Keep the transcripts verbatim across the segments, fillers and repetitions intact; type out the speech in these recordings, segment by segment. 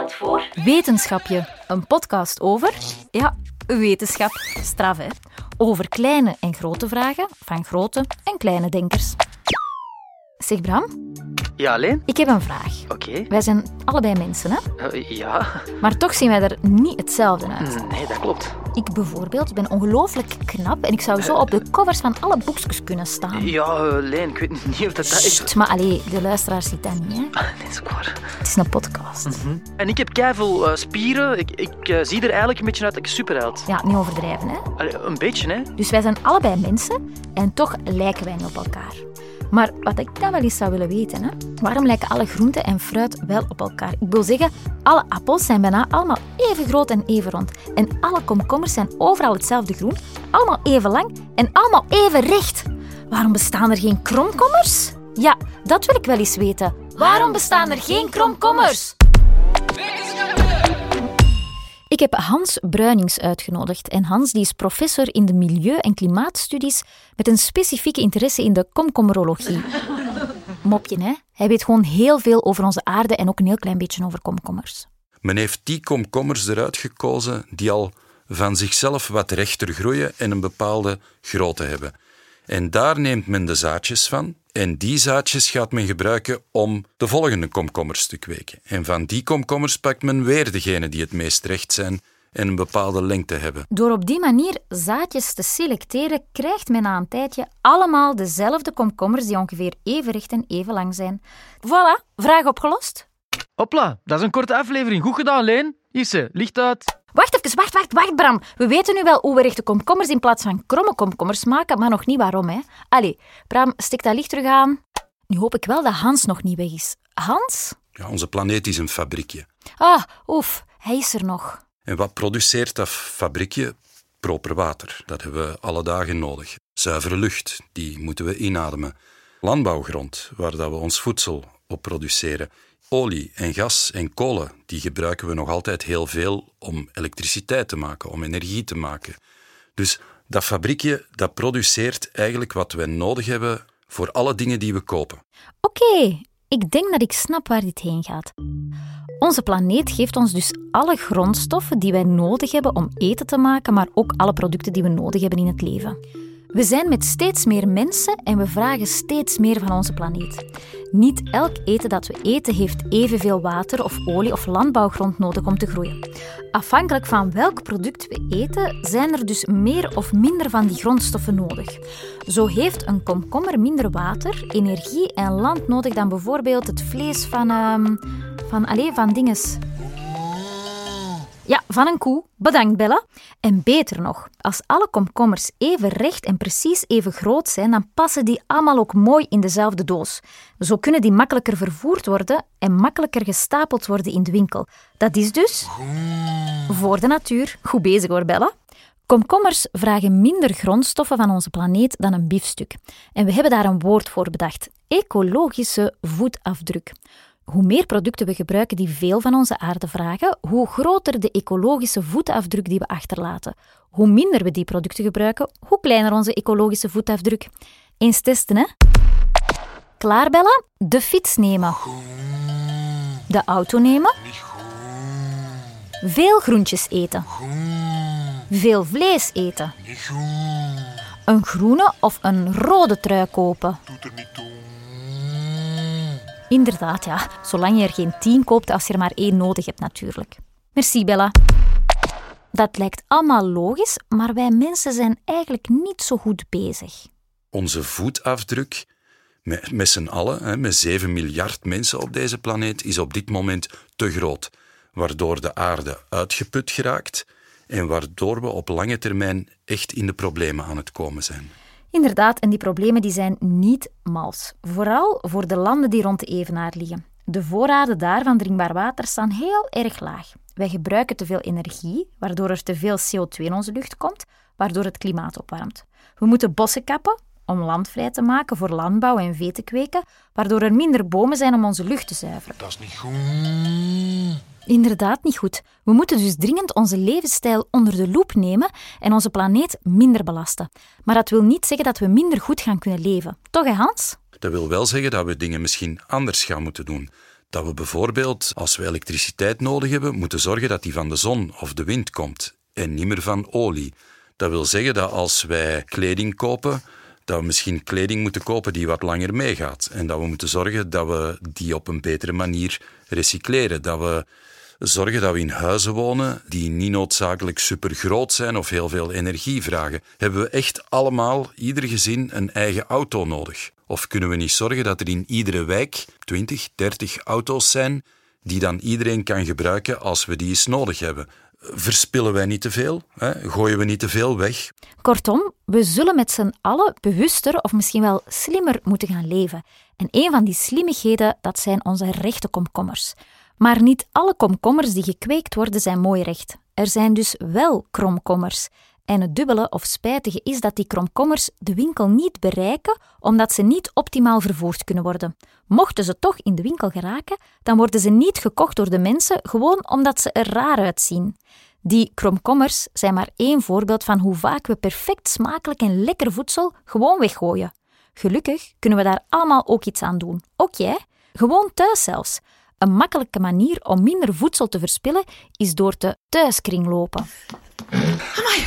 stelt voor... Wetenschapje, een podcast over... Ja, wetenschap. Straf, hè? Over kleine en grote vragen van grote en kleine denkers. Zeg Bram, Ja, Leen? ik heb een vraag. Oké. Wij zijn allebei mensen, hè? Uh, ja. Maar toch zien wij er niet hetzelfde uit. Nee, dat klopt. Ik bijvoorbeeld ben ongelooflijk knap en ik zou zo op de covers van alle boekjes kunnen staan. Ja, uh, Leen, ik weet niet of dat dat is. Sst, maar allee, de luisteraars ziet dat niet, hè? Ah, nee, dat is ook waar. Het is een podcast. Mm-hmm. En ik heb keiveel uh, spieren. Ik, ik uh, zie er eigenlijk een beetje uit als ik superheld. Ja, niet overdrijven, hè? Allee, een beetje, hè. Dus wij zijn allebei mensen en toch lijken wij niet op elkaar. Maar wat ik dan wel eens zou willen weten, hè? Waarom lijken alle groenten en fruit wel op elkaar? Ik wil zeggen, alle appels zijn bijna allemaal even groot en even rond. En alle komkommers zijn overal hetzelfde groen, allemaal even lang en allemaal even recht. Waarom bestaan er geen kromkommers? Ja, dat wil ik wel eens weten. Waarom bestaan er geen kromkommers? Ik heb Hans Bruinings uitgenodigd. En Hans die is professor in de milieu- en klimaatstudies met een specifieke interesse in de komkommerologie. Mopje, hè? Hij weet gewoon heel veel over onze aarde en ook een heel klein beetje over komkommers. Men heeft die komkommers eruit gekozen die al van zichzelf wat rechter groeien en een bepaalde grootte hebben. En daar neemt men de zaadjes van. En die zaadjes gaat men gebruiken om de volgende komkommers te kweken. En van die komkommers pakt men weer degene die het meest recht zijn en een bepaalde lengte hebben. Door op die manier zaadjes te selecteren, krijgt men na een tijdje allemaal dezelfde komkommers die ongeveer even recht en even lang zijn. Voilà, vraag opgelost. Hopla, dat is een korte aflevering. Goed gedaan, Leen. Hier ze, licht uit. Wacht even, wacht, wacht, wacht, Bram. We weten nu wel hoe we rechte komkommers in plaats van kromme komkommers maken, maar nog niet waarom, hè. Allee, Bram, stik dat licht terug aan. Nu hoop ik wel dat Hans nog niet weg is. Hans? Ja, onze planeet is een fabriekje. Ah, oef, hij is er nog. En wat produceert dat fabriekje? Proper water. Dat hebben we alle dagen nodig. Zuivere lucht, die moeten we inademen. Landbouwgrond, waar dat we ons voedsel op produceren. Olie en gas en kolen, die gebruiken we nog altijd heel veel om elektriciteit te maken, om energie te maken. Dus dat fabriekje, dat produceert eigenlijk wat wij nodig hebben voor alle dingen die we kopen. Oké, okay, ik denk dat ik snap waar dit heen gaat. Onze planeet geeft ons dus alle grondstoffen die wij nodig hebben om eten te maken, maar ook alle producten die we nodig hebben in het leven. We zijn met steeds meer mensen en we vragen steeds meer van onze planeet. Niet elk eten dat we eten heeft evenveel water of olie of landbouwgrond nodig om te groeien. Afhankelijk van welk product we eten, zijn er dus meer of minder van die grondstoffen nodig. Zo heeft een komkommer minder water, energie en land nodig dan bijvoorbeeld het vlees van... Uh, van, allez, van dinges... Ja, van een koe. Bedankt, Bella. En beter nog, als alle komkommers even recht en precies even groot zijn, dan passen die allemaal ook mooi in dezelfde doos. Zo kunnen die makkelijker vervoerd worden en makkelijker gestapeld worden in de winkel. Dat is dus... voor de natuur. Goed bezig hoor, Bella. Komkommers vragen minder grondstoffen van onze planeet dan een biefstuk. En we hebben daar een woord voor bedacht. Ecologische voetafdruk. Hoe meer producten we gebruiken die veel van onze aarde vragen, hoe groter de ecologische voetafdruk die we achterlaten. Hoe minder we die producten gebruiken, hoe kleiner onze ecologische voetafdruk. Eens testen, hè? Klaar, Bella? De fiets nemen. De auto nemen. Veel groentjes eten. Veel vlees eten. Een groene of een rode trui kopen. Inderdaad, ja. Zolang je er geen tien koopt als je er maar één nodig hebt, natuurlijk. Merci, Bella. Dat lijkt allemaal logisch, maar wij mensen zijn eigenlijk niet zo goed bezig. Onze voetafdruk, met, met z'n allen, hè, met zeven miljard mensen op deze planeet, is op dit moment te groot. Waardoor de aarde uitgeput geraakt en waardoor we op lange termijn echt in de problemen aan het komen zijn. Inderdaad, en die problemen die zijn niet mals. Vooral voor de landen die rond de evenaar liggen. De voorraden daar van drinkbaar water staan heel erg laag. Wij gebruiken te veel energie, waardoor er te veel C O twee in onze lucht komt, waardoor het klimaat opwarmt. We moeten bossen kappen om land vrij te maken voor landbouw en vee te kweken, waardoor er minder bomen zijn om onze lucht te zuiveren. Dat is niet goed. Inderdaad niet goed. We moeten dus dringend onze levensstijl onder de loep nemen en onze planeet minder belasten. Maar dat wil niet zeggen dat we minder goed gaan kunnen leven. Toch, hè Hans? Dat wil wel zeggen dat we dingen misschien anders gaan moeten doen. Dat we bijvoorbeeld, als we elektriciteit nodig hebben, moeten zorgen dat die van de zon of de wind komt en niet meer van olie. Dat wil zeggen dat als wij kleding kopen, dat we misschien kleding moeten kopen die wat langer meegaat. En dat we moeten zorgen dat we die op een betere manier recycleren. Dat we zorgen dat we in huizen wonen die niet noodzakelijk supergroot zijn of heel veel energie vragen. Hebben we echt allemaal, ieder gezin, een eigen auto nodig? Of kunnen we niet zorgen dat er in iedere wijk twintig, dertig auto's zijn die dan iedereen kan gebruiken als we die eens nodig hebben? Verspillen wij niet te veel? Hè? Gooien we niet te veel weg? Kortom, we zullen met z'n allen bewuster of misschien wel slimmer moeten gaan leven. En een van die slimmigheden, dat zijn onze rechte komkommers. Maar niet alle komkommers die gekweekt worden zijn mooi recht. Er zijn dus wel kromkommers. En het dubbele of spijtige is dat die kromkommers de winkel niet bereiken omdat ze niet optimaal vervoerd kunnen worden. Mochten ze toch in de winkel geraken, dan worden ze niet gekocht door de mensen gewoon omdat ze er raar uitzien. Die kromkommers zijn maar één voorbeeld van hoe vaak we perfect smakelijk en lekker voedsel gewoon weggooien. Gelukkig kunnen we daar allemaal ook iets aan doen. Ook jij. Gewoon thuis zelfs. Een makkelijke manier om minder voedsel te verspillen is door te thuiskringlopen. Amai,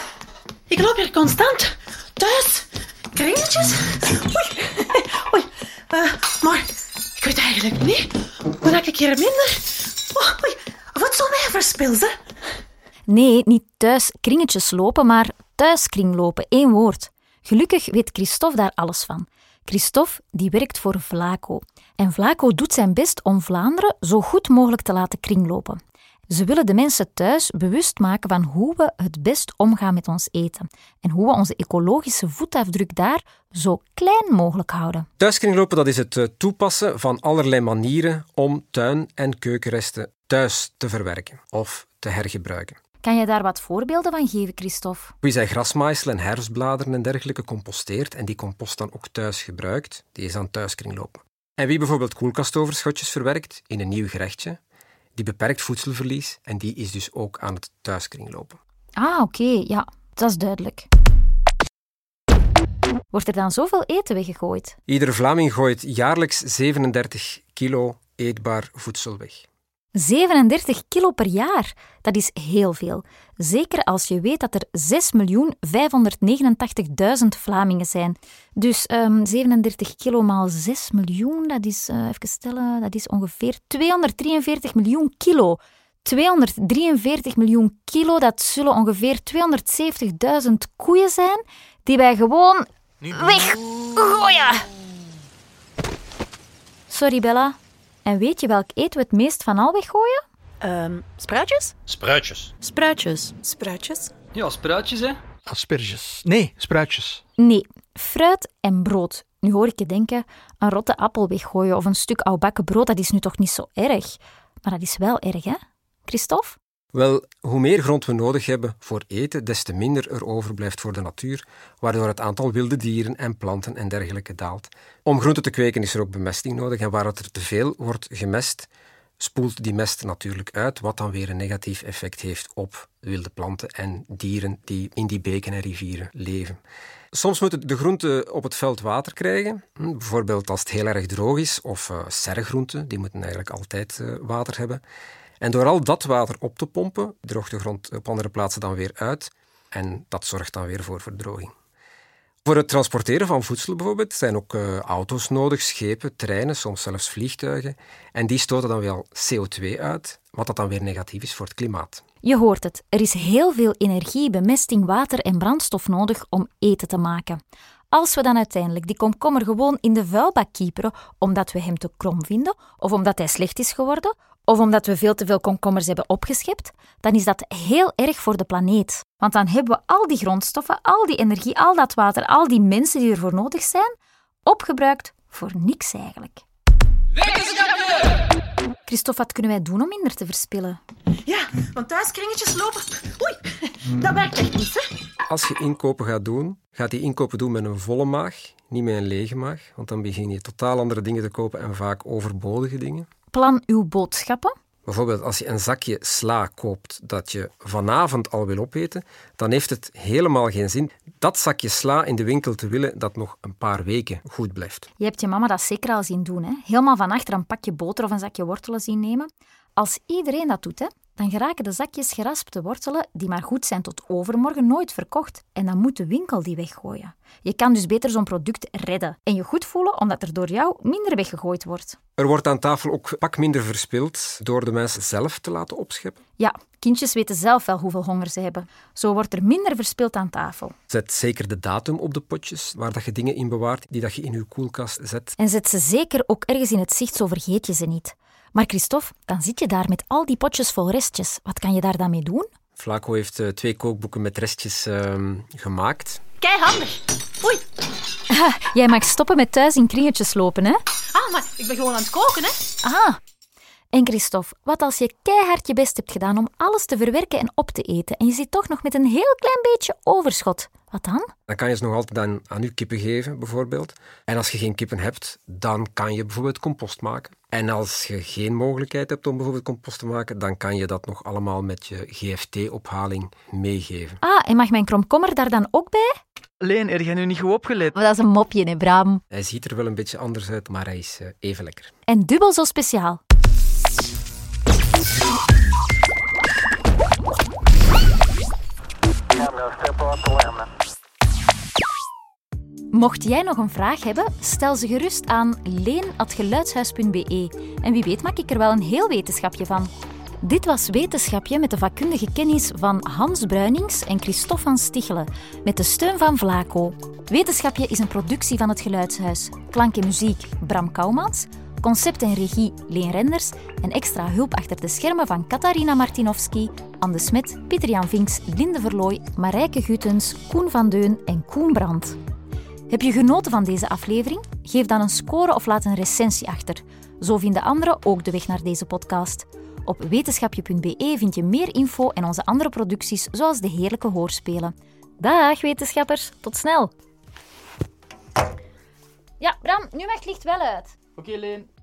ik loop hier constant. Thuis. Kringetjes. Oei. Oei. Uh, maar ik weet eigenlijk niet hoe dat ik hier minder oh, oei, voedsel mee verspil, hè? Nee, niet thuis kringetjes lopen, maar thuiskringlopen. Één woord. Gelukkig weet Christophe daar alles van. Christophe die werkt voor Vlaco. En Vlaco doet zijn best om Vlaanderen zo goed mogelijk te laten kringlopen. Ze willen de mensen thuis bewust maken van hoe we het best omgaan met ons eten en hoe we onze ecologische voetafdruk daar zo klein mogelijk houden. Thuiskringlopen, dat is het toepassen van allerlei manieren om tuin- en keukenresten thuis te verwerken of te hergebruiken. Kan je daar wat voorbeelden van geven, Christophe? Wie zijn grasmaaisel en herfstbladeren en dergelijke composteert en die compost dan ook thuis gebruikt, die is aan thuiskringlopen. En wie bijvoorbeeld koelkastoverschotjes verwerkt in een nieuw gerechtje, die beperkt voedselverlies en die is dus ook aan het thuiskringlopen. Ah, oké, okay, ja, dat is duidelijk. Wordt er dan zoveel eten weggegooid? Iedere Vlaming gooit jaarlijks zevenendertig kilo eetbaar voedsel weg. zevenendertig kilo per jaar, dat is heel veel. Zeker als je weet dat er zes miljoen vijfhonderdnegenentachtigduizend Vlamingen zijn. Dus um, zevenendertig kilo maal zes miljoen, dat is, uh, even stellen, dat is ongeveer tweehonderddrieënveertig miljoen kilo. tweehonderddrieënveertig miljoen kilo, dat zullen ongeveer tweehonderdzeventigduizend koeien zijn die wij gewoon weggooien. Sorry, Bella. En weet je welk eten we het meest van al weggooien? Um, spruitjes? Spruitjes. Spruitjes. Spruitjes? Ja, spruitjes, hè. Asperges. Nee, spruitjes. Nee, fruit en brood. Nu hoor ik je denken, een rotte appel weggooien of een stuk oudbakken brood, dat is nu toch niet zo erg. Maar dat is wel erg, hè? Christophe? Wel, hoe meer grond we nodig hebben voor eten, des te minder er overblijft voor de natuur, waardoor het aantal wilde dieren en planten en dergelijke daalt. Om groenten te kweken is er ook bemesting nodig en waar het er te veel wordt gemest, spoelt die mest natuurlijk uit, wat dan weer een negatief effect heeft op wilde planten en dieren die in die beken en rivieren leven. Soms moeten de groenten op het veld water krijgen, bijvoorbeeld als het heel erg droog is, of uh, serregroenten, die moeten eigenlijk altijd uh, water hebben. En door al dat water op te pompen, droogt de grond op andere plaatsen dan weer uit en dat zorgt dan weer voor verdroging. Voor het transporteren van voedsel bijvoorbeeld zijn ook uh, auto's nodig, schepen, treinen, soms zelfs vliegtuigen. En die stoten dan wel C O twee uit, wat dat dan weer negatief is voor het klimaat. Je hoort het, er is heel veel energie, bemesting, water en brandstof nodig om eten te maken. Als we dan uiteindelijk die komkommer gewoon in de vuilbak kieperen omdat we hem te krom vinden, of omdat hij slecht is geworden, of omdat we veel te veel komkommers hebben opgeschept, dan is dat heel erg voor de planeet. Want dan hebben we al die grondstoffen, al die energie, al dat water, al die mensen die ervoor nodig zijn, opgebruikt voor niks eigenlijk. Wetenschapje! Christophe, wat kunnen wij doen om minder te verspillen? Ja, want thuis kringetjes lopen, oei, dat werkt echt niet, hè? Als je inkopen gaat doen, gaat die inkopen doen met een volle maag, niet met een lege maag, want dan begin je totaal andere dingen te kopen en vaak overbodige dingen. Plan uw boodschappen. Bijvoorbeeld als je een zakje sla koopt dat je vanavond al wil opeten, dan heeft het helemaal geen zin dat zakje sla in de winkel te willen dat nog een paar weken goed blijft. Je hebt je mama dat zeker al zien doen, hè? Helemaal van achter een pakje boter of een zakje wortelen zien nemen. Als iedereen dat doet, hè, dan geraken de zakjes geraspte wortelen, die maar goed zijn tot overmorgen, nooit verkocht. En dan moet de winkel die weggooien. Je kan dus beter zo'n product redden en je goed voelen omdat er door jou minder weggegooid wordt. Er wordt aan tafel ook pak minder verspild door de mensen zelf te laten opscheppen. Ja, kindjes weten zelf wel hoeveel honger ze hebben. Zo wordt er minder verspild aan tafel. Zet zeker de datum op de potjes waar dat je dingen in bewaart die dat je in je koelkast zet. En zet ze zeker ook ergens in het zicht, zo vergeet je ze niet. Maar Christophe, dan zit je daar met al die potjes vol restjes. Wat kan je daar dan mee doen? Flaco heeft uh, twee kookboeken met restjes uh, gemaakt. Kei handig. Oei. Ah, jij mag stoppen met thuis in kringetjes lopen, hè? Ah, maar ik ben gewoon aan het koken, hè. Ah. En Christophe, wat als je keihard je best hebt gedaan om alles te verwerken en op te eten en je zit toch nog met een heel klein beetje overschot? Wat dan? Dan kan je ze nog altijd aan, aan je kippen geven, bijvoorbeeld. En als je geen kippen hebt, dan kan je bijvoorbeeld compost maken. En als je geen mogelijkheid hebt om bijvoorbeeld compost te maken, dan kan je dat nog allemaal met je G F T-ophaling meegeven. Ah, en mag mijn kromkommer daar dan ook bij? Leen, heb jij nu niet goed opgelet? Maar dat is een mopje, hè, Bram? Hij ziet er wel een beetje anders uit, maar hij is uh, even lekker. En dubbel zo speciaal. Mocht jij nog een vraag hebben, stel ze gerust aan leen apenstaartje geluidshuis punt b e. En wie weet maak ik er wel een heel wetenschapje van. Dit was Wetenschapje met de vakkundige kennis van Hans Bruinings en Christophe van Stichelen, met de steun van Vlaco. Wetenschapje is een productie van het Geluidshuis. Klank en muziek Bram Kouwmans, concept en regie Leen Renders en extra hulp achter de schermen van Katarina Martinovski, Anne de Smet, Pieter-Jan Vinks, Linde Verlooy, Marijke Gutens, Koen van Deun en Koen Brandt. Heb je genoten van deze aflevering? Geef dan een score of laat een recensie achter. Zo vinden anderen ook de weg naar deze podcast. Op wetenschapje punt b e vind je meer info en onze andere producties, zoals de heerlijke hoorspelen. Dag wetenschappers, tot snel! Ja, Bram, nu mag het licht wel uit. Oké, Leen.